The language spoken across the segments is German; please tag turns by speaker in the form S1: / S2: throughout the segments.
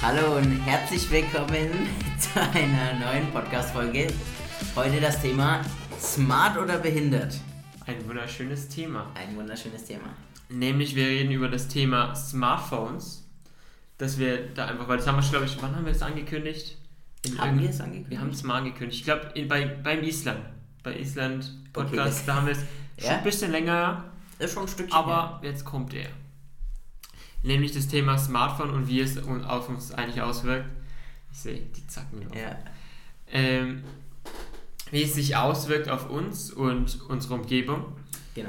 S1: Hallo und herzlich willkommen zu einer neuen Podcast-Folge. Heute das Thema Smart oder behindert?
S2: Ein wunderschönes Thema.
S1: Ein wunderschönes Thema.
S2: Nämlich wir reden über das Thema Smartphones. Dass wir da einfach, weil das haben wir, glaube ich, wann haben wir das angekündigt?
S1: Haben wir es angekündigt?
S2: Wir haben es mal angekündigt. Ich glaube beim Island. Bei Island Podcast,
S1: Okay.
S2: da haben wir es schon ein bisschen länger.
S1: Ist schon ein Stückchen
S2: Aber jetzt kommt er. Nämlich das Thema Smartphone und wie es auf uns eigentlich auswirkt. Ich sehe die Zacken drauf.
S1: Ja.
S2: Wie es sich auswirkt auf uns und unsere Umgebung.
S1: Genau.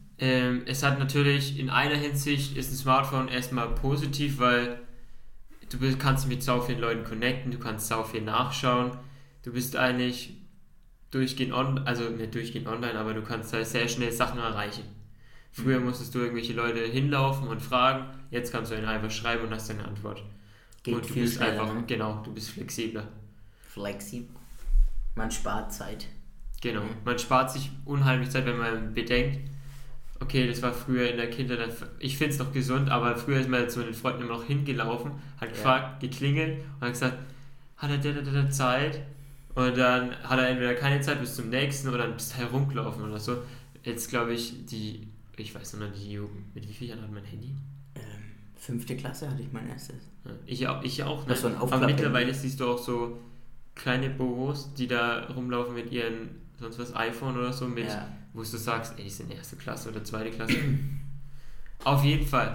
S2: Es hat natürlich in einer Hinsicht ist ein Smartphone erstmal positiv, weil kannst dich mit sau vielen Leuten connecten, du kannst sau viel nachschauen, du bist eigentlich durchgehend online, also nicht durchgehend online, aber du kannst halt sehr schnell Sachen erreichen. Früher musstest du irgendwelche Leute hinlaufen und fragen, jetzt kannst du ihnen einfach schreiben und hast eine Antwort.
S1: Geht
S2: und du
S1: viel
S2: bist
S1: schneller,
S2: einfach,
S1: ne?
S2: genau, du bist flexibler.
S1: Flexibel. Man spart Zeit.
S2: Genau, man spart sich unheimlich Zeit, wenn man bedenkt, okay, das war früher in der Kindheit, ich finde es noch gesund, aber früher ist man zu den Freunden immer noch hingelaufen, hat gefragt, geklingelt und hat gesagt, hat er der Zeit? Und dann hat er entweder keine Zeit bis zum nächsten oder dann bist du herumgelaufen oder so. Jetzt glaube ich, ich weiß noch nicht, die Jugend, mit wie vielen Jahren hat mein Handy?
S1: 5. Klasse hatte ich mein erstes.
S2: Ja, ich auch, ne?
S1: So ein
S2: Aber
S1: Aufklapp-Handy.
S2: mittlerweile siehst du auch so kleine Bobos, die da rumlaufen mit ihren, sonst was, iPhone oder so, mit, wo du sagst, ey, die sind erste Klasse oder zweite Klasse. Auf jeden Fall.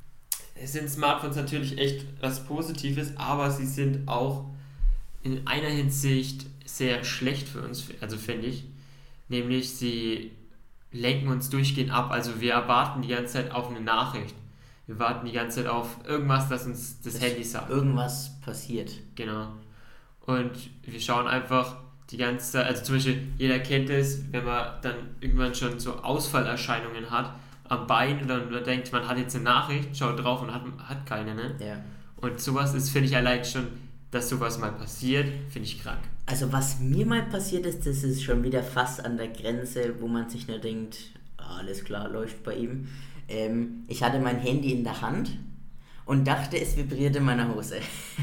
S2: Es sind Smartphones natürlich echt was Positives, aber sie sind auch in einer Hinsicht sehr schlecht für uns, also finde ich. Nämlich, sie lenken uns durchgehend ab. Also wir warten die ganze Zeit auf eine Nachricht. Wir warten die ganze Zeit auf irgendwas, das uns das Handy sagt.
S1: Irgendwas passiert.
S2: Genau. Und wir schauen einfach die ganze Zeit, also zum Beispiel, jeder kennt es, wenn man dann irgendwann schon so Ausfallerscheinungen hat am Bein und dann denkt, man hat jetzt eine Nachricht, schaut drauf und hat keine, ne?
S1: Ja.
S2: Und sowas ist, finde ich, allein schon, dass sowas mal passiert, finde ich krank.
S1: Also was mir mal passiert ist, das ist schon wieder fast an der Grenze, wo man sich nur denkt, alles klar, läuft bei ihm. Ich hatte mein Handy in der Hand und dachte, es vibrierte in meiner Hose.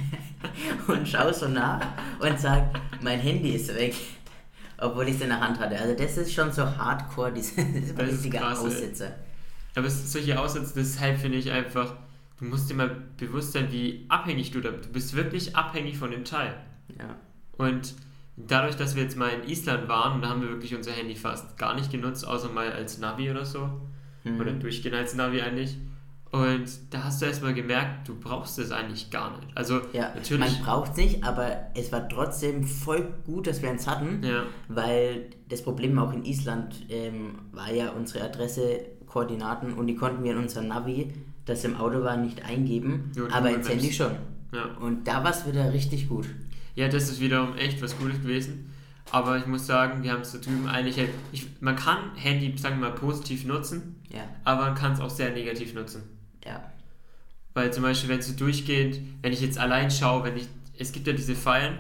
S1: Und schaue so nach und sage, mein Handy ist weg, obwohl ich es in der Hand hatte. Also das ist schon so hardcore, das ist ein richtiger Aussetzer.
S2: Aber solche Aussätze, deshalb finde ich einfach, du musst dir mal bewusst sein, wie abhängig du bist wirklich abhängig von dem Teil.
S1: Ja.
S2: Und dadurch, dass wir jetzt mal in Island waren, da haben wir wirklich unser Handy fast gar nicht genutzt, außer mal als Navi oder so. Oder durchgehend als Navi eigentlich. Und da hast du erstmal gemerkt, du brauchst es eigentlich gar nicht. Also
S1: ja,
S2: natürlich.
S1: Man braucht es nicht, aber es war trotzdem voll gut, dass wir eins hatten, weil das Problem auch in Island war ja unsere Adresse, Koordinaten und die konnten wir in unser Navi, das im Auto war, nicht eingeben, aber ins Handy schon.
S2: Ja.
S1: Und da war es wieder richtig gut.
S2: Ja, das ist wiederum echt was Gutes gewesen. Aber ich muss sagen, wir haben es da drüben eigentlich, man kann Handy, sagen wir mal, positiv nutzen, aber man kann es auch sehr negativ nutzen.
S1: Ja.
S2: Weil zum Beispiel, wenn du durchgehend, wenn ich jetzt allein schaue, es gibt ja diese Feiern,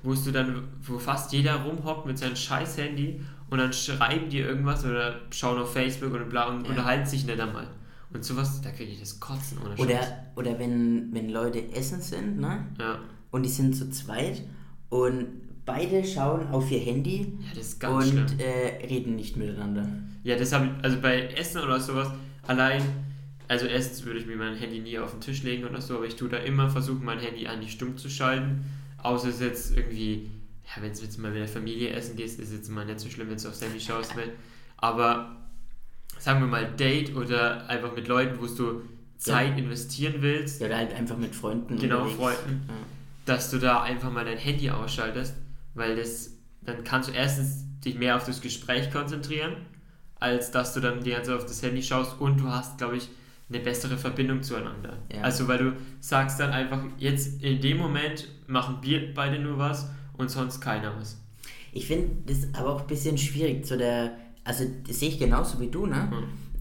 S2: wo fast jeder rumhockt mit seinem scheiß Handy und dann schreiben die irgendwas oder schauen auf Facebook oder bla und unterhalten sich nicht einmal. Und sowas, da kriege ich das Kotzen ohne Scheiß.
S1: Oder wenn Leute essen sind, ne?
S2: Ja.
S1: Und die sind zu zweit und beide schauen auf ihr Handy
S2: das ist ganz schlimm.
S1: Und reden nicht miteinander.
S2: Ja, das habe ich, also bei Essen oder sowas, allein, also erstens würde ich mir mein Handy nie auf den Tisch legen oder so, aber ich tue da immer versuchen, mein Handy eigentlich stumm zu schalten, außer es jetzt irgendwie, ja, wenn du jetzt mal mit der Familie essen gehst, ist jetzt mal nicht so schlimm, wenn du aufs Handy schaust, ne? Aber sagen wir mal Date oder einfach mit Leuten, wo du Zeit investieren willst.
S1: Ja, oder halt einfach mit Freunden.
S2: Genau,
S1: unterwegs.
S2: Freunden. Ja. Dass du da einfach mal dein Handy ausschaltest, weil dann kannst du erstens dich mehr auf das Gespräch konzentrieren, als dass du dann die ganze Zeit auf das Handy schaust und du hast, glaube ich, eine bessere Verbindung zueinander. Ja. Also weil du sagst dann einfach, jetzt in dem Moment machen wir beide nur was und sonst keiner was.
S1: Ich finde das aber auch ein bisschen schwierig also das sehe ich genauso wie du, ne?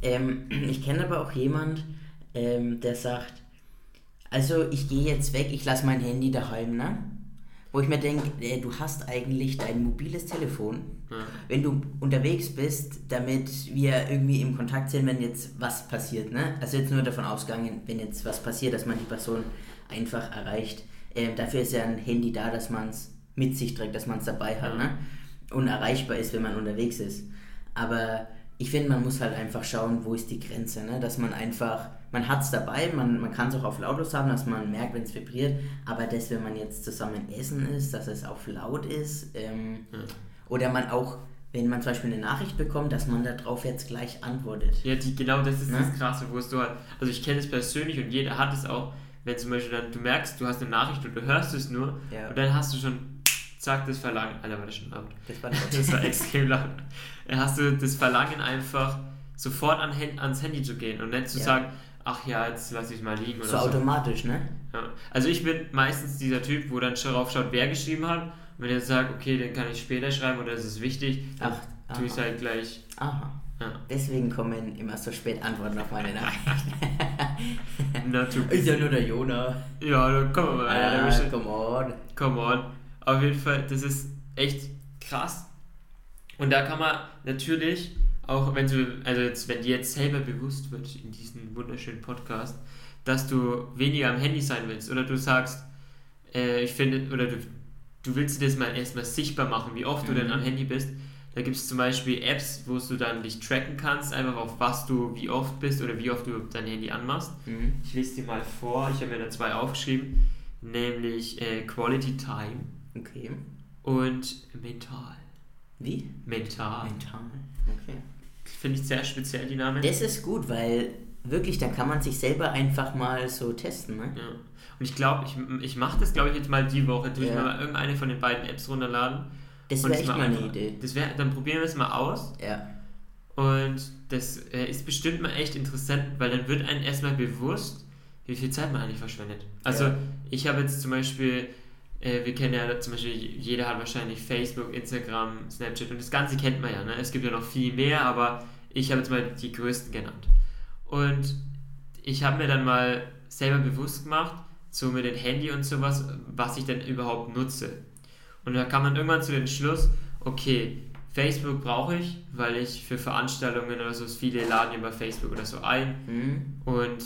S1: Ich kenne aber auch jemand, der sagt, also ich gehe jetzt weg, ich lasse mein Handy daheim, ne? Wo ich mir denke, du hast eigentlich dein mobiles Telefon, wenn du unterwegs bist, damit wir irgendwie im Kontakt sind, wenn jetzt was passiert, ne? Also jetzt nur davon ausgegangen, wenn jetzt was passiert, dass man die Person einfach erreicht. Dafür ist ja ein Handy da, dass man es mit sich trägt, dass man es dabei hat, ne? Und erreichbar ist, wenn man unterwegs ist. Aber ich finde, man muss halt einfach schauen, wo ist die Grenze, ne? Dass man einfach, man hat es dabei, man kann es auch auf lautlos haben, dass man merkt, wenn es vibriert, aber das, wenn man jetzt zusammen essen ist, dass es auf laut ist, oder man auch, wenn man zum Beispiel eine Nachricht bekommt, dass man darauf jetzt gleich antwortet.
S2: Ja, genau das ist das Krasse, wo es du halt, also ich kenne es persönlich und jeder hat es auch, wenn zum Beispiel dann, du merkst, du hast eine Nachricht und du hörst es nur und dann hast du schon, zack, das Verlangen, Alter, war das schon laut. Das war extrem laut. Dann hast du das Verlangen einfach sofort ans Handy zu gehen und nicht zu sagen, ach ja, jetzt lass ich mal liegen oder so.
S1: Automatisch, ne?
S2: Ja. Also ich bin meistens dieser Typ, wo dann schon drauf schaut, wer geschrieben hat. Und wenn er sagt, okay, den kann ich später schreiben oder es ist wichtig, dann tue ich es halt gleich.
S1: Aha. Ja. Deswegen kommen immer so spät Antworten auf meine Nachrichten. Ist ja nur der Jonah.
S2: Ja, dann kommen wir mal.
S1: Come on.
S2: Auf jeden Fall, das ist echt krass. Und da kann man natürlich, auch wenn dir jetzt selber bewusst wird in diesem wunderschönen Podcast, dass du weniger am Handy sein willst oder du sagst, ich finde, oder du willst dir das mal erstmal sichtbar machen, wie oft du denn am Handy bist. Da gibt es zum Beispiel Apps, wo du dann dich tracken kannst, einfach auf was du wie oft bist oder wie oft du dein Handy anmachst. Ich lese dir mal vor, ich habe mir da 2 aufgeschrieben, nämlich Quality Time und Mental.
S1: Wie?
S2: Mental.
S1: Okay.
S2: Finde ich sehr speziell, die Namen.
S1: Das ist gut, weil wirklich, da kann man sich selber einfach mal so testen, ne?
S2: Ja. Und ich glaube, ich mache das, glaube ich, jetzt mal die Woche. Tue ich mir mal irgendeine von den beiden Apps runterladen.
S1: Das wäre echt mal eine Idee.
S2: Dann probieren wir es mal aus.
S1: Ja.
S2: Und das ist bestimmt mal echt interessant, weil dann wird einem erstmal bewusst, wie viel Zeit man eigentlich verschwendet. Also ich habe jetzt zum Beispiel, wir kennen ja zum Beispiel, jeder hat wahrscheinlich Facebook, Instagram, Snapchat und das Ganze kennt man ja, ne? Es gibt ja noch viel mehr, aber ich habe jetzt mal die größten genannt. Und ich habe mir dann mal selber bewusst gemacht, so mit dem Handy und sowas, was ich denn überhaupt nutze. Und da kam man irgendwann zu dem Schluss, okay, Facebook brauche ich, weil ich für Veranstaltungen oder so, viele laden über Facebook oder so ein. Und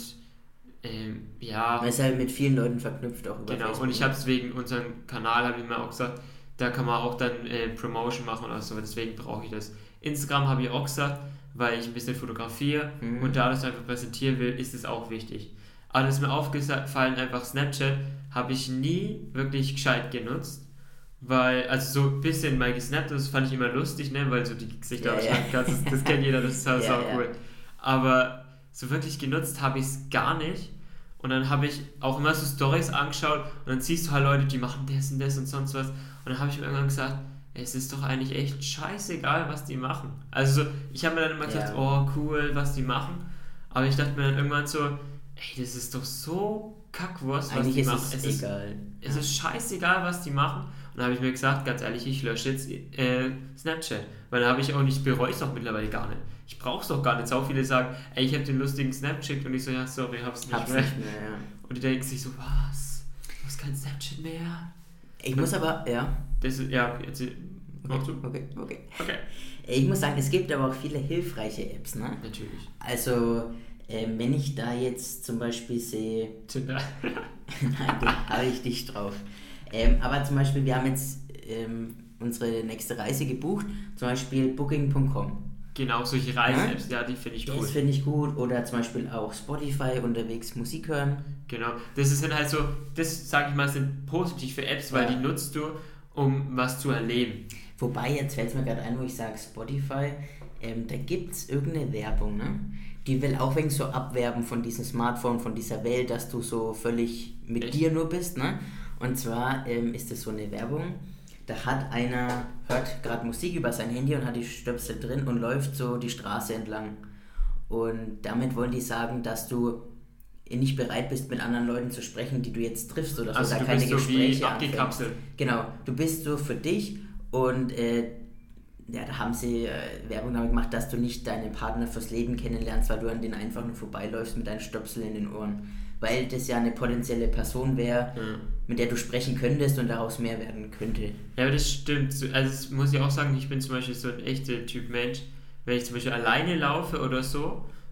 S1: man ist halt mit vielen Leuten verknüpft auch über
S2: Facebook. Und ich habe es wegen unserem Kanal, habe ich mir auch gesagt, da kann man auch dann Promotion machen oder so, deswegen brauche ich das. Instagram habe ich auch gesagt, weil ich ein bisschen fotografiere und da das einfach präsentieren will, ist es auch wichtig. Aber das ist mir aufgefallen, einfach Snapchat habe ich nie wirklich gescheit genutzt, weil, also so ein bisschen mal gesnappt, das fand ich immer lustig, ne, weil so die Gesichter das kennt jeder, das ist halt so cool. Aber so wirklich genutzt habe ich es gar nicht. Und dann habe ich auch immer so Storys angeschaut und dann siehst du halt Leute, die machen das und das und sonst was. Und dann habe ich mir irgendwann gesagt, es ist doch eigentlich echt scheißegal, was die machen. Also ich habe mir dann immer gesagt, oh cool, was die machen. Aber ich dachte mir dann irgendwann so, ey, das ist doch so Kackwurst, was die machen. Es ist scheißegal, was die machen. Und dann habe ich mir gesagt, ganz ehrlich, ich lösche jetzt Snapchat. Weil dann habe ich auch nicht, bereue ich es auch mittlerweile gar nicht. Ich brauche es doch gar nicht. So viele sagen, ey, ich habe den lustigen Snapchat und ich so, ja, sorry, hab's nicht mehr. Und die denken sich so, was? Du hast kein Snapchat mehr?
S1: Ich muss aber, Okay. Ich muss sagen, es gibt aber auch viele hilfreiche Apps, ne?
S2: Natürlich.
S1: Also, wenn ich da jetzt zum Beispiel sehe...
S2: Tinder.
S1: Nein, da habe ich nicht drauf. Aber zum Beispiel, wir haben jetzt unsere nächste Reise gebucht, zum Beispiel Booking.com.
S2: Genau, solche Reise-Apps, die finde ich cool.
S1: Das finde ich gut. Oder zum Beispiel auch Spotify, unterwegs Musik hören.
S2: Genau, das ist dann halt so, das sage ich mal, sind positiv für Apps, weil die nutzt du, um was zu erleben.
S1: Wobei, jetzt fällt es mir gerade ein, wo ich sage Spotify, da gibt es irgendeine Werbung, ne? Die will auch wegen so abwerben von diesem Smartphone, von dieser Welt, dass du so völlig mit dir nur bist, ne? Und zwar ist das so eine Werbung, da hört gerade Musik über sein Handy und hat die Stöpsel drin und läuft so die Straße entlang. Und damit wollen die sagen, dass du nicht bereit bist, mit anderen Leuten zu sprechen, die du jetzt triffst oder so,
S2: also
S1: da keine Gespräche
S2: so abgekapselt.
S1: Genau, du bist so für dich und da haben sie Werbung damit gemacht, dass du nicht deinen Partner fürs Leben kennenlernst, weil du an denen einfach nur vorbeiläufst mit deinen Stöpsel in den Ohren. Weil das ja eine potenzielle Person wäre, mit der du sprechen könntest und daraus mehr werden könnte.
S2: Ja, aber das stimmt. Also das muss ich auch sagen, ich bin zum Beispiel so ein echter Typ Mensch, wenn ich zum Beispiel alleine laufe oder so,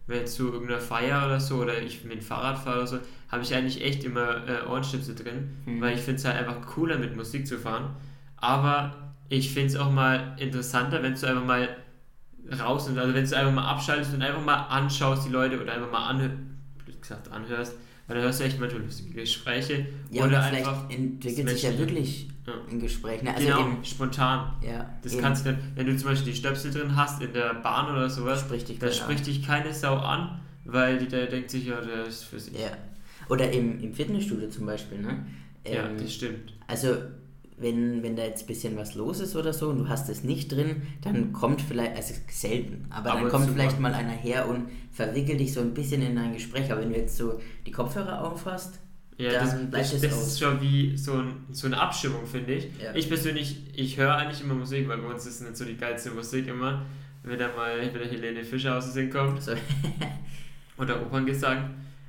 S2: wenn zu irgendeiner Feier oder so oder ich mit dem Fahrrad fahre oder so, habe ich eigentlich echt immer Ohrenstöpsel drin, weil ich finde es halt einfach cooler mit Musik zu fahren. Aber ich finde es auch mal interessanter, wenn du einfach mal raus und also wenn du einfach mal abschaltest und einfach mal anschaust die Leute oder einfach mal anhörst, weil dann hörst du echt manchmal lustige Gespräche.
S1: Ja, oder vielleicht entwickelt sich ja wirklich ein Gespräch. Ne? Also
S2: genau,
S1: eben,
S2: spontan.
S1: Ja,
S2: das kannst du dann, wenn du zum Beispiel die Stöpsel drin hast in der Bahn oder sowas, da spricht dich keine Sau an, weil der denkt sich, ja, der ist für sich.
S1: Ja. Oder im Fitnessstudio zum Beispiel, ne?
S2: Ja, das stimmt.
S1: Also wenn da jetzt ein bisschen was los ist oder so und du hast es nicht drin, dann kommt vielleicht, also selten, aber dann kommt vielleicht mal einer her und verwickelt dich so ein bisschen in ein Gespräch. Aber wenn du jetzt so die Kopfhörer aufhast, dann bleibt es aus.
S2: Das ist schon wie so eine Abstimmung, finde ich.
S1: Ja.
S2: Ich persönlich, ich höre eigentlich immer Musik, weil bei uns ist nicht so die geilste Musik immer, wenn da mal wieder Helene Fischer aus dem Sinn kommt. So. Oder Operngesang.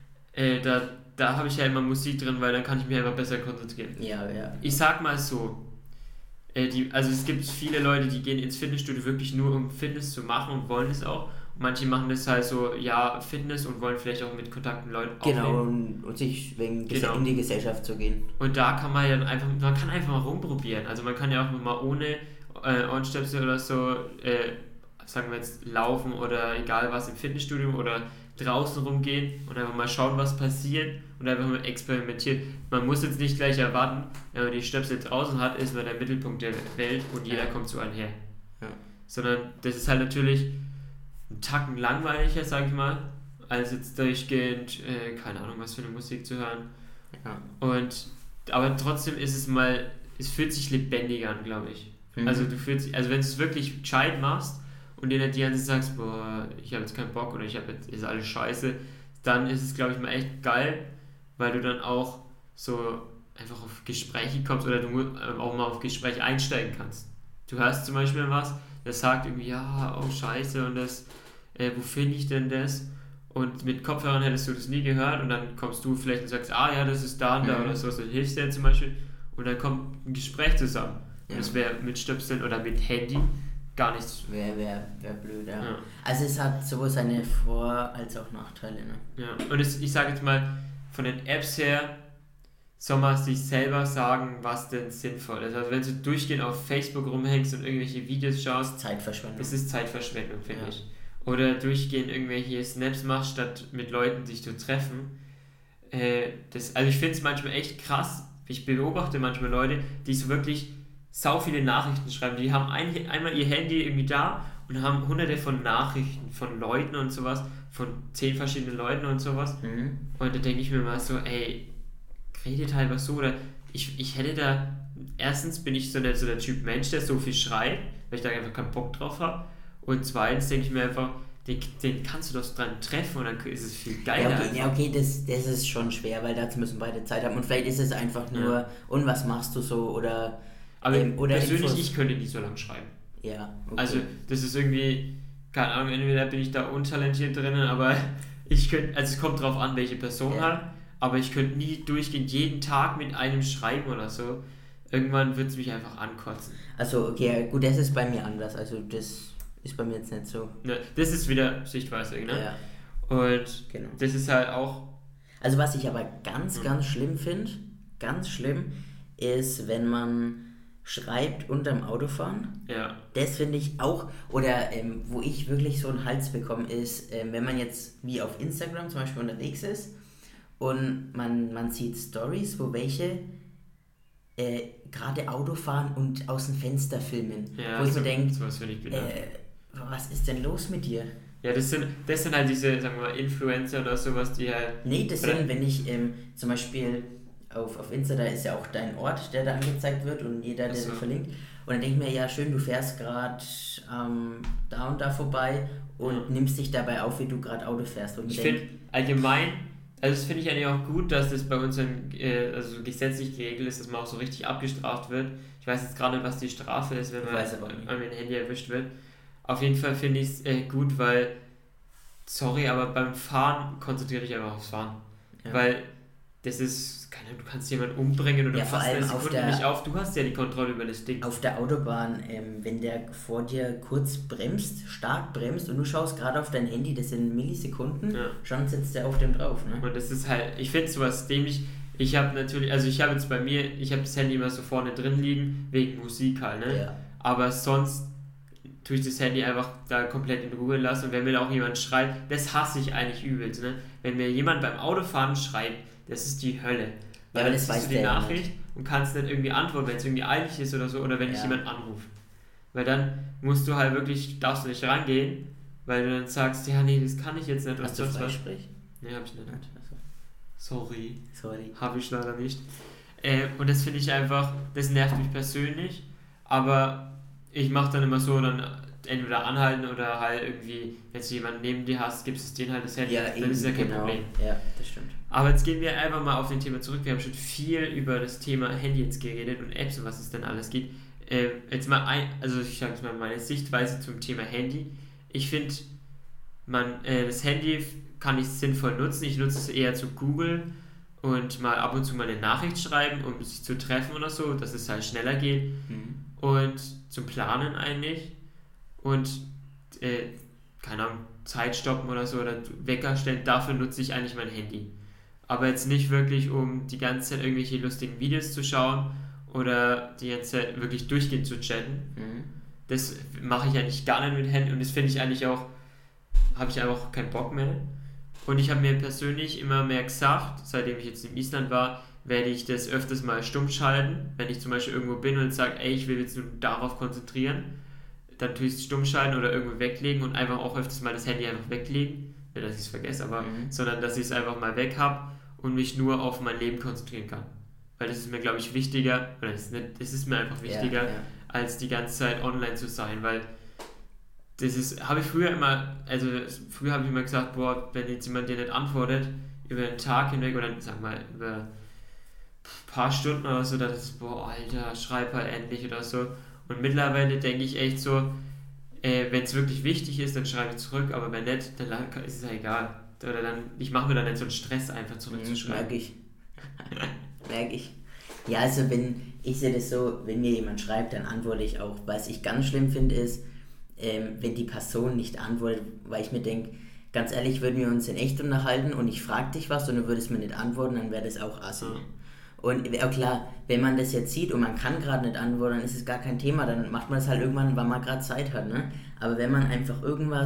S2: Da habe ich ja immer Musik drin, weil dann kann ich mich einfach besser konzentrieren.
S1: Ja.
S2: Ich sag mal so, also es gibt viele Leute, die gehen ins Fitnessstudio wirklich nur um Fitness zu machen und wollen es auch. Und manche machen das halt so, ja, Fitness und wollen vielleicht auch mit Kontakten Leuten aufnehmen.
S1: Genau, und sich in die Gesellschaft zu gehen.
S2: Und da kann man ja man kann einfach mal rumprobieren. Also man kann ja auch mal ohne Ohrenstöpsel oder so, sagen wir jetzt, laufen oder egal was im Fitnessstudio oder draußen rumgehen und einfach mal schauen, was passiert und einfach mal experimentieren. Man muss jetzt nicht gleich erwarten, wenn man die Stöpsel draußen hat, ist man der Mittelpunkt der Welt und jeder kommt zu einem her.
S1: Ja.
S2: Sondern das ist halt natürlich ein Tacken langweiliger, sag ich mal, als jetzt durchgehend, keine Ahnung, was für eine Musik zu hören. Ja. Aber trotzdem ist es fühlt sich lebendiger an, glaube ich. Also wenn du es wirklich gescheit machst, und dir die ganze Zeit sagst, boah, ich habe jetzt keinen Bock oder ist alles scheiße, dann ist es, glaube ich, mal echt geil, weil du dann auch so einfach auf Gespräche kommst oder du auch mal auf Gespräche einsteigen kannst. Du hörst zum Beispiel was, der sagt irgendwie, ja, oh scheiße und das, wo finde ich denn das? Und mit Kopfhörern hättest du das nie gehört und dann kommst du vielleicht und sagst, ja, das ist da und da oder so, dann hilfst du dir zum Beispiel und dann kommt ein Gespräch zusammen. Und das wäre mit Stöpseln oder mit Handy gar nichts.
S1: Wäre blöd, ja. Also es hat sowohl seine Vor- als auch Nachteile, ne?
S2: Ja, und ich sage jetzt mal, von den Apps her soll man sich selber sagen, was denn sinnvoll ist. Also wenn du durchgehend auf Facebook rumhängst und irgendwelche Videos schaust,
S1: Zeitverschwendung.
S2: Das ist Zeitverschwendung, finde ich. Oder durchgehend irgendwelche Snaps machst, statt mit Leuten sich zu treffen. Also ich finde es manchmal echt krass. Ich beobachte manchmal Leute, die so wirklich sau viele Nachrichten schreiben. Die haben einmal ihr Handy irgendwie da und haben hunderte von Nachrichten von Leuten und sowas, von 10 verschiedenen Leuten und sowas. Und da denke ich mir mal so, ey, redet halt was so. Oder ich hätte da, erstens bin ich so der Typ Mensch, der so viel schreibt, weil ich da einfach keinen Bock drauf habe. Und zweitens denke ich mir einfach, den kannst du doch dran treffen und dann ist es viel geiler.
S1: Okay, das ist schon schwer, weil dazu müssen beide Zeit haben. Und vielleicht ist es einfach nur, und was machst du so, oder...
S2: Aber oder persönlich, ich könnte nicht so lange schreiben.
S1: Ja, okay.
S2: Also das ist irgendwie, keine Ahnung, entweder bin ich da untalentiert drinnen, aber ich könnte, also es kommt drauf an, welche Person halt, aber ich könnte nie durchgehend jeden Tag mit einem schreiben oder so. Irgendwann wird es mich einfach ankotzen.
S1: Also okay, gut, das ist bei mir anders, also das ist bei mir jetzt nicht so.
S2: Ne, das ist wieder Sichtweise, ne?
S1: Ja.
S2: Und das ist halt auch...
S1: Also was ich aber ganz schlimm finde, ganz schlimm, ist, wenn man schreibt unterm Autofahren.
S2: Ja.
S1: Das finde ich auch, oder wo ich wirklich so einen Hals bekomme, ist, wenn man jetzt wie auf Instagram zum Beispiel unterwegs ist und man sieht Stories, wo welche gerade Auto fahren und aus dem Fenster filmen.
S2: Ja,
S1: wo ich mir denke,
S2: was
S1: ist denn los mit dir?
S2: Ja, das sind halt diese, sagen wir mal, Influencer oder sowas, die halt...
S1: Nee, das sind, wenn ich zum Beispiel... Auf Insta, da ist ja auch dein Ort, der da angezeigt wird und jeder, der so verlinkt. Und dann denke ich mir, ja schön, du fährst gerade da und da vorbei und nimmst dich dabei auf, wie du gerade Auto fährst. Und
S2: ich finde allgemein, also das finde ich eigentlich auch gut, dass das bei uns also gesetzlich geregelt ist, dass man auch so richtig abgestraft wird. Ich weiß jetzt gerade nicht, was die Strafe ist, wenn man mit dem Handy erwischt wird. Auf jeden Fall finde ich es gut, weil, sorry, aber beim Fahren konzentriere dich einfach aufs Fahren. Ja. Weil das ist, keine Ahnung, du kannst jemanden umbringen oder
S1: vor allem
S2: nicht auf, du hast ja die Kontrolle über das Ding.
S1: Auf der Autobahn, wenn der vor dir kurz bremst, stark bremst und du schaust gerade auf dein Handy, das sind Millisekunden, schon sitzt der auf dem drauf. Ne?
S2: Und das ist halt, ich finde sowas dämlich. Ich habe natürlich, also ich habe jetzt bei mir, ich habe das Handy immer so vorne drin liegen, wegen Musik halt, ne?
S1: Ja.
S2: Aber sonst tue ich das Handy einfach da komplett in Ruhe lassen. Und wenn mir auch jemand schreibt, das hasse ich eigentlich übelst, ne? Wenn mir jemand beim Autofahren schreibt, das ist die Hölle. Weil dann siehst du die Nachricht und kannst nicht irgendwie antworten, wenn es irgendwie eilig ist oder so, oder wenn dich jemand anruft. Weil dann musst du halt wirklich, darfst du nicht rangehen, weil du dann sagst, ja nee, das kann ich jetzt nicht.
S1: Hast du Freisprech?
S2: Nee, hab ich nicht. Sorry. Habe ich leider nicht. Und das finde ich einfach, das nervt mich persönlich, aber ich mache dann immer so, dann entweder anhalten oder halt irgendwie, wenn du jemanden neben dir hast, gibst es denen halt das Handy, dann ist es ja kein Problem.
S1: Ja, das stimmt.
S2: Aber jetzt gehen wir einfach mal auf den Thema zurück. Wir haben schon viel über das Thema Handy jetzt geredet und Apps und was es denn alles gibt. Jetzt mal also ich sage jetzt mal meine Sichtweise zum Thema Handy. Ich finde, das Handy kann ich sinnvoll nutzen. Ich nutze es eher zu Google und mal ab und zu mal eine Nachricht schreiben, um sich zu treffen oder so, dass es halt schneller geht. Und zum Planen eigentlich. Und keine Ahnung, Zeit stoppen oder so oder Wecker stellen, dafür nutze ich eigentlich mein Handy. Aber jetzt nicht wirklich, um die ganze Zeit irgendwelche lustigen Videos zu schauen oder die ganze Zeit wirklich durchgehend zu chatten. Das mache ich eigentlich gar nicht mit Handy und das finde ich eigentlich auch, habe ich einfach keinen Bock mehr. Und ich habe mir persönlich immer mehr gesagt, seitdem ich jetzt in Island war, werde ich das öfters mal stumm schalten. Wenn ich zum Beispiel irgendwo bin und sage, ey, ich will jetzt nur darauf konzentrieren, dann tue ich es stumm schalten oder irgendwo weglegen und einfach auch öfters mal das Handy einfach weglegen. Nicht, dass ich es vergesse, aber sondern dass ich es einfach mal weg habe und mich nur auf mein Leben konzentrieren kann. Weil das ist mir, glaube ich, wichtiger, oder das ist mir einfach wichtiger, als die ganze Zeit online zu sein, weil das ist, habe ich früher immer, also früher habe ich immer gesagt, boah, wenn jetzt jemand dir nicht antwortet, über einen Tag hinweg oder sag mal über ein paar Stunden oder so, dann ist es, boah, Alter, schreib halt endlich oder so. Und mittlerweile denke ich echt so, wenn es wirklich wichtig ist, dann schreibe ich zurück, aber wenn nicht, dann ist es ja egal. Oder dann, ich mache mir dann nicht so einen Stress, einfach zurückzuschreiben.
S1: Merke ich. Ja, also ich sehe das so, wenn mir jemand schreibt, dann antworte ich auch. Was ich ganz schlimm finde, ist, wenn die Person nicht antwortet, weil ich mir denke, ganz ehrlich, würden wir uns in echt unterhalten und ich frage dich was und du würdest mir nicht antworten, dann wäre das auch assi. Und klar, wenn man das jetzt sieht und man kann gerade nicht antworten, dann ist es gar kein Thema, dann macht man das halt irgendwann, weil man gerade Zeit hat. Ne? Aber wenn man einfach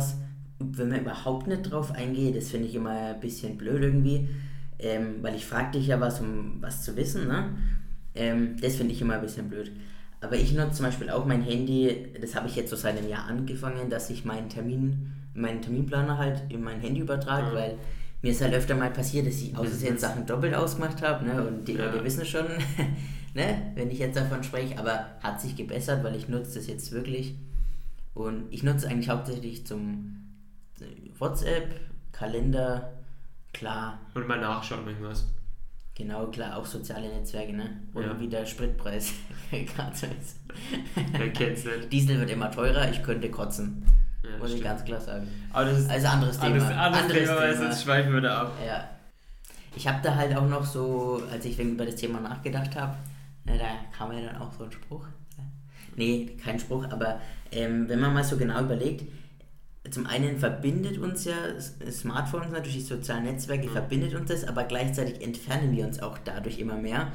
S1: wenn man überhaupt nicht drauf eingeht, das finde ich immer ein bisschen blöd irgendwie, weil ich frage dich ja was, um was zu wissen, ne? Das finde ich immer ein bisschen blöd. Aber ich nutze zum Beispiel auch mein Handy, das habe ich jetzt so seit einem Jahr angefangen, dass ich meinen Terminplaner halt in mein Handy übertrage, weil mir ist halt öfter mal passiert, dass ich aus Sachen doppelt ausgemacht habe, ne? Und die Leute wissen schon, ne? Wenn ich jetzt davon spreche, aber hat sich gebessert, weil ich nutze das jetzt wirklich. Und ich nutze eigentlich hauptsächlich zum WhatsApp, Kalender, klar.
S2: Und mal nachschauen irgendwas.
S1: Genau, klar, auch soziale Netzwerke, ne? Und wie der Spritpreis gerade so ist.
S2: Wer kennt's nicht?
S1: Diesel wird immer teurer, ich könnte kotzen. Ja, muss ich ganz klar sagen.
S2: Aber das ist
S1: also anderes Thema.
S2: Anderes Thema, jetzt schweifen wir da ab.
S1: Ja. Ich habe da halt auch noch so, als ich über das Thema nachgedacht habe, da kam ja dann auch so ein Spruch. Nee, kein Spruch, aber wenn man mal so genau überlegt, zum einen verbindet uns ja Smartphones natürlich, die sozialen Netzwerke verbindet uns das, aber gleichzeitig entfernen wir uns auch dadurch immer mehr,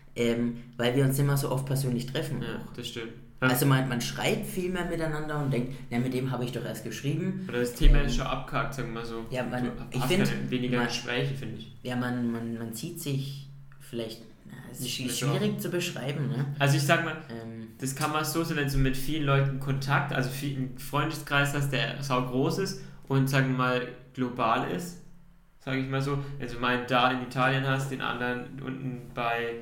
S1: weil wir uns immer so oft persönlich treffen.
S2: Ja, das stimmt.
S1: Also man schreibt viel mehr miteinander und denkt, ja, mit dem habe ich doch erst geschrieben.
S2: Oder das Thema ist schon abgehakt, sagen wir mal so.
S1: Ja,
S2: ich finde weniger Gespräche, finde ich.
S1: Ja, man sieht sich vielleicht, es ist schwierig zu beschreiben, ne?
S2: Also ich sag mal, das kann man so sehen, wenn du mit vielen Leuten Kontakt, also einen Freundeskreis hast, der sau groß ist und sagen wir mal global ist, sage ich mal so, also mal da in Italien hast, den anderen unten bei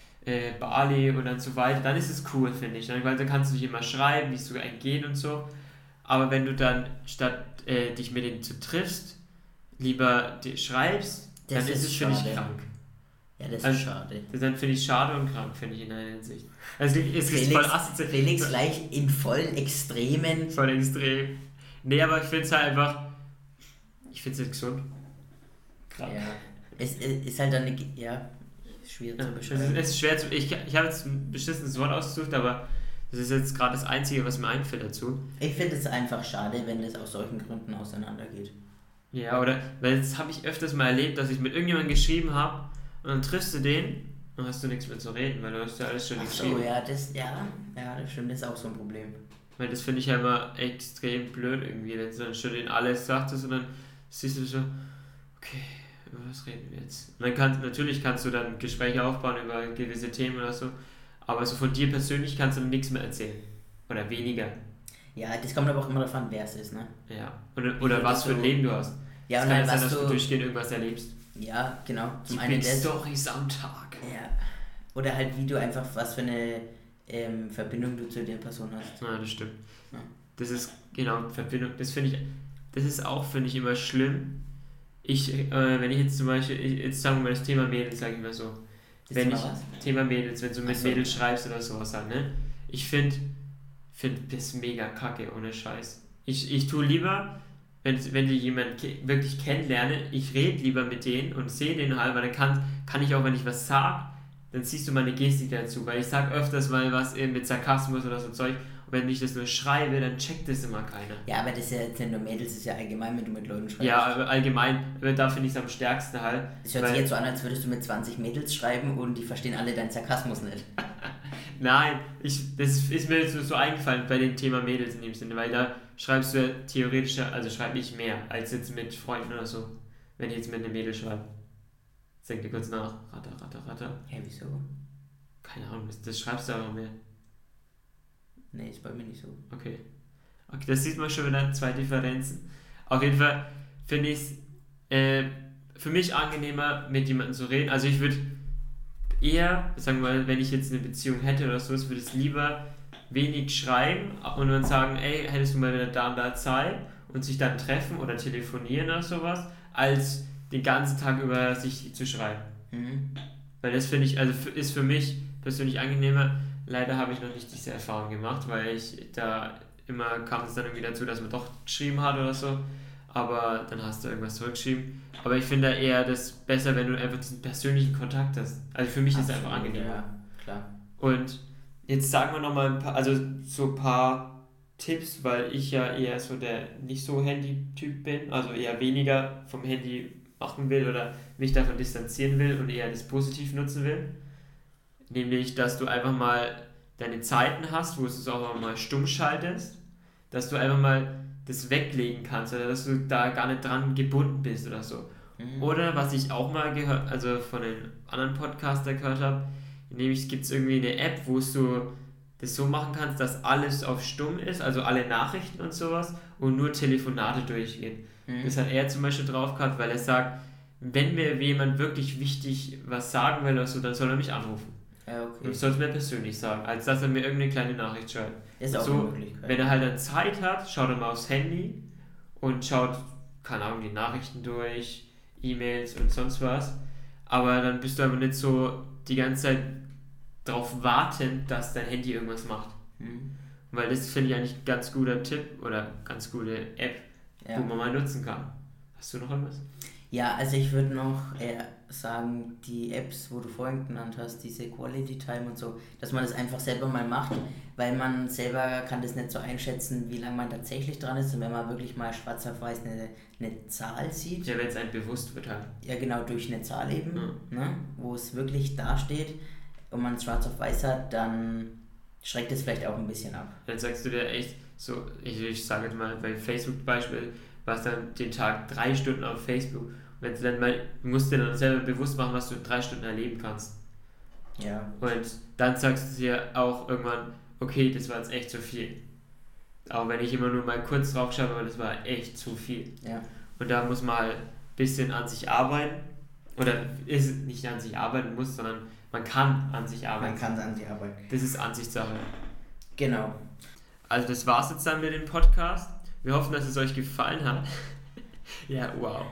S2: Bali und dann so weiter, dann ist es cool, finde ich, weil dann kannst du dich immer schreiben, wie es sogar geht und so, aber wenn du dann statt dich mit denen zu triffst, lieber schreibst, das dann ist es, finde ich, krank.
S1: Ja, das ist schade.
S2: Das finde ich schade und krank, finde ich in einer Hinsicht. Also es ist voll assoziiert.
S1: Felix gleich in vollen Extremen.
S2: Voll extrem. Nee, aber ich finde es halt einfach, ich finde es nicht gesund.
S1: Krank. Ja. Es ist halt dann, ja, schwierig zu beschreiben.
S2: Es ist schwer zu... Ich habe jetzt ein beschissenes Wort ausgesucht, aber das ist jetzt gerade das Einzige, was mir einfällt dazu.
S1: Ich finde es einfach schade, wenn das aus solchen Gründen auseinandergeht.
S2: Ja, oder... Weil das habe ich öfters mal erlebt, dass ich mit irgendjemandem geschrieben habe und dann triffst du den und hast du nichts mehr zu reden, weil du hast ja alles schon geschrieben.
S1: Das stimmt, das ist auch so ein Problem.
S2: Weil das finde ich ja immer extrem blöd irgendwie, wenn du dann schon denen alles sagtest und dann siehst du so, okay, über was reden wir jetzt? Und dann natürlich kannst du dann Gespräche aufbauen über gewisse Themen oder so, aber so von dir persönlich kannst du dann nichts mehr erzählen. Oder weniger.
S1: Ja, das kommt aber auch immer davon, wer es ist, ne?
S2: Ja, oder was für ein Leben du hast.
S1: Ja,
S2: es kann ja sein, dass du durchgehend irgendwas erlebst.
S1: Ja, genau.
S2: Zum einen Storys am Tag.
S1: Ja. Oder halt wie du einfach, was für eine Verbindung du zu der Person hast.
S2: Ja, das stimmt.
S1: Ja.
S2: Das ist, genau, Verbindung, das ist auch, finde ich, immer schlimm. Wenn ich jetzt zum Beispiel, jetzt sagen wir mal das Thema Mädels, sage ich mal so. Thema Mädels, wenn du mit Mädels schreibst oder sowas halt, ne? Ich finde das mega kacke, ohne Scheiß. Ich tue lieber, wenn ich jemanden wirklich kennenlerne, ich rede lieber mit denen und sehe den halt, weil dann kann ich auch, wenn ich was sage, dann siehst du meine Gestik dazu, weil ich sage öfters mal was eben mit Sarkasmus oder so Zeug und wenn ich das nur schreibe, dann checkt das immer keiner.
S1: Ja, aber das ist ja jetzt nicht nur Mädels, das ist ja allgemein, wenn du mit Leuten schreibst.
S2: Ja, allgemein, da finde ich es am stärksten halt.
S1: Es hört sich jetzt so an, als würdest du mit 20 Mädels schreiben und die verstehen alle deinen Sarkasmus nicht.
S2: Nein, das ist mir so eingefallen bei dem Thema Mädels in dem Sinne, weil da schreibst du ja theoretisch, also schreibe ich mehr als jetzt mit Freunden oder so, wenn ich jetzt mit einem Mädel schreibe. Denk dir kurz nach. Ratter.
S1: Ja, wieso?
S2: Keine Ahnung, das schreibst du aber mehr.
S1: Nee, ist bei mir nicht so.
S2: Okay, das sieht man schon wieder, zwei Differenzen. Auf jeden Fall finde ich es für mich angenehmer, mit jemandem zu reden. Also ich würde eher, sagen wir mal, wenn ich jetzt eine Beziehung hätte oder so, würde ich lieber wenig schreiben und dann sagen, ey, hättest du mal wieder da und da Zeit und sich dann treffen oder telefonieren oder sowas, als den ganzen Tag über sich zu schreiben.
S1: Mhm.
S2: Weil das finde ich, also ist für mich persönlich angenehmer. Leider habe ich noch nicht diese Erfahrung gemacht, weil kam es dann irgendwie dazu, dass man doch geschrieben hat oder so, aber dann hast du irgendwas zurückgeschrieben. Aber ich finde eher das besser, wenn du einfach diesen persönlichen Kontakt hast. Also für mich ist es einfach angenehmer.
S1: Ja, klar.
S2: Und jetzt sagen wir nochmal ein paar Tipps, weil ich ja eher so der nicht so Handy-Typ bin, also eher weniger vom Handy machen will oder mich davon distanzieren will und eher das positiv nutzen will. Nämlich, dass du einfach mal deine Zeiten hast, wo du es auch mal stumm schaltest, dass du einfach mal das weglegen kannst oder dass du da gar nicht dran gebunden bist oder so. Mhm. Oder was ich auch mal gehört, also von den anderen Podcaster gehört habe, nämlich gibt es irgendwie eine App, wo du das so machen kannst, dass alles auf stumm ist, also alle Nachrichten und sowas und nur Telefonate durchgehen. Mhm. Das hat er zum Beispiel drauf gehabt, weil er sagt, wenn mir jemand wirklich wichtig was sagen will oder so, dann soll er mich anrufen.
S1: Ja, okay.
S2: Und soll es mir persönlich sagen, als dass er mir irgendeine kleine Nachricht schreibt.
S1: Ist auch
S2: so,
S1: eine Möglichkeit.
S2: Wenn er halt dann Zeit hat, schaut er mal aufs Handy und schaut, keine Ahnung, die Nachrichten durch, E-Mails und sonst was. Aber dann bist du aber nicht so die ganze Zeit darauf wartend, dass dein Handy irgendwas macht.
S1: Mhm.
S2: Weil das finde ich eigentlich ein ganz guter Tipp oder ganz gute App, wo man mal nutzen kann. Hast du noch irgendwas?
S1: Ja, also ich würde noch sagen, die Apps, wo du vorhin genannt hast, diese Quality Time und so, dass man das einfach selber mal macht, weil man selber kann das nicht so einschätzen, wie lange man tatsächlich dran ist und wenn man wirklich mal schwarz auf weiß eine Zahl sieht.
S2: Ja, wenn es einem bewusst wird halt.
S1: Ja, genau, durch eine Zahl eben, ne, wo es wirklich dasteht und man es schwarz auf weiß hat, dann schreckt es vielleicht auch ein bisschen ab.
S2: Dann sagst du dir echt so, ich sage jetzt mal bei Facebook Beispiel, warst dann den Tag 3 Stunden auf Facebook. Wenn du dann mal, du musst dir dann selber bewusst machen, was du in 3 Stunden erleben kannst.
S1: Ja.
S2: Und dann sagst du dir auch irgendwann, okay, das war jetzt echt zu viel. Auch wenn ich immer nur mal kurz drauf schaue, aber das war echt zu viel.
S1: Ja.
S2: Und da muss man halt ein bisschen an sich arbeiten. Oder ist nicht an sich arbeiten muss, sondern man kann an sich arbeiten.
S1: Man kann an sich arbeiten.
S2: Das ist Ansichtssache.
S1: Genau.
S2: Also das war's jetzt dann mit dem Podcast. Wir hoffen, dass es euch gefallen hat. Ja, wow.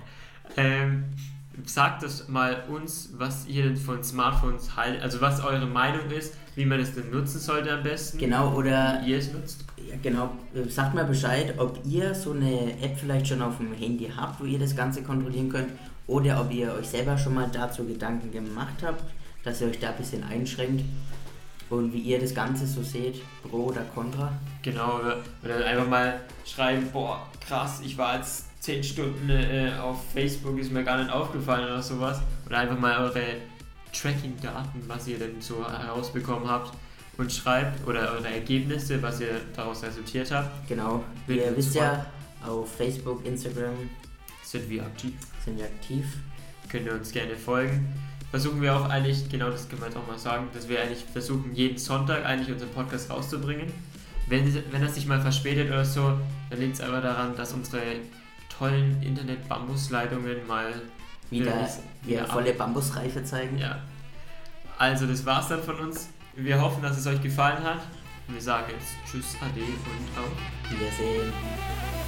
S2: Sagt das mal uns, was ihr denn von Smartphones haltet, also was eure Meinung ist, wie man es denn nutzen sollte am besten.
S1: Genau, oder
S2: wie ihr es nutzt.
S1: Ja, genau. Sagt mal Bescheid, ob ihr so eine App vielleicht schon auf dem Handy habt, wo ihr das Ganze kontrollieren könnt, oder ob ihr euch selber schon mal dazu Gedanken gemacht habt, dass ihr euch da ein bisschen einschränkt und wie ihr das Ganze so seht, pro oder contra.
S2: Genau, oder dann einfach mal schreiben, boah, krass, ich war jetzt 10 Stunden auf Facebook, ist mir gar nicht aufgefallen oder sowas. Oder einfach mal eure Tracking-Daten, was ihr denn so herausbekommen habt und schreibt, oder eure Ergebnisse, was ihr daraus resultiert habt.
S1: Genau, ihr wisst ja, auf Facebook, Instagram
S2: sind wir aktiv.
S1: Könnt
S2: ihr uns gerne folgen. Versuchen wir auch eigentlich, genau das können wir jetzt auch mal sagen, dass wir eigentlich versuchen, jeden Sonntag eigentlich unseren Podcast rauszubringen. Wenn das sich mal verspätet oder so, dann liegt es aber daran, dass unsere tollen Internet-Bambusleitungen mal
S1: wieder volle Bambusreife zeigen.
S2: Ja. Also das war's dann von uns. Wir hoffen, dass es euch gefallen hat. Wir sagen jetzt Tschüss, Ade und auf
S1: Wiedersehen.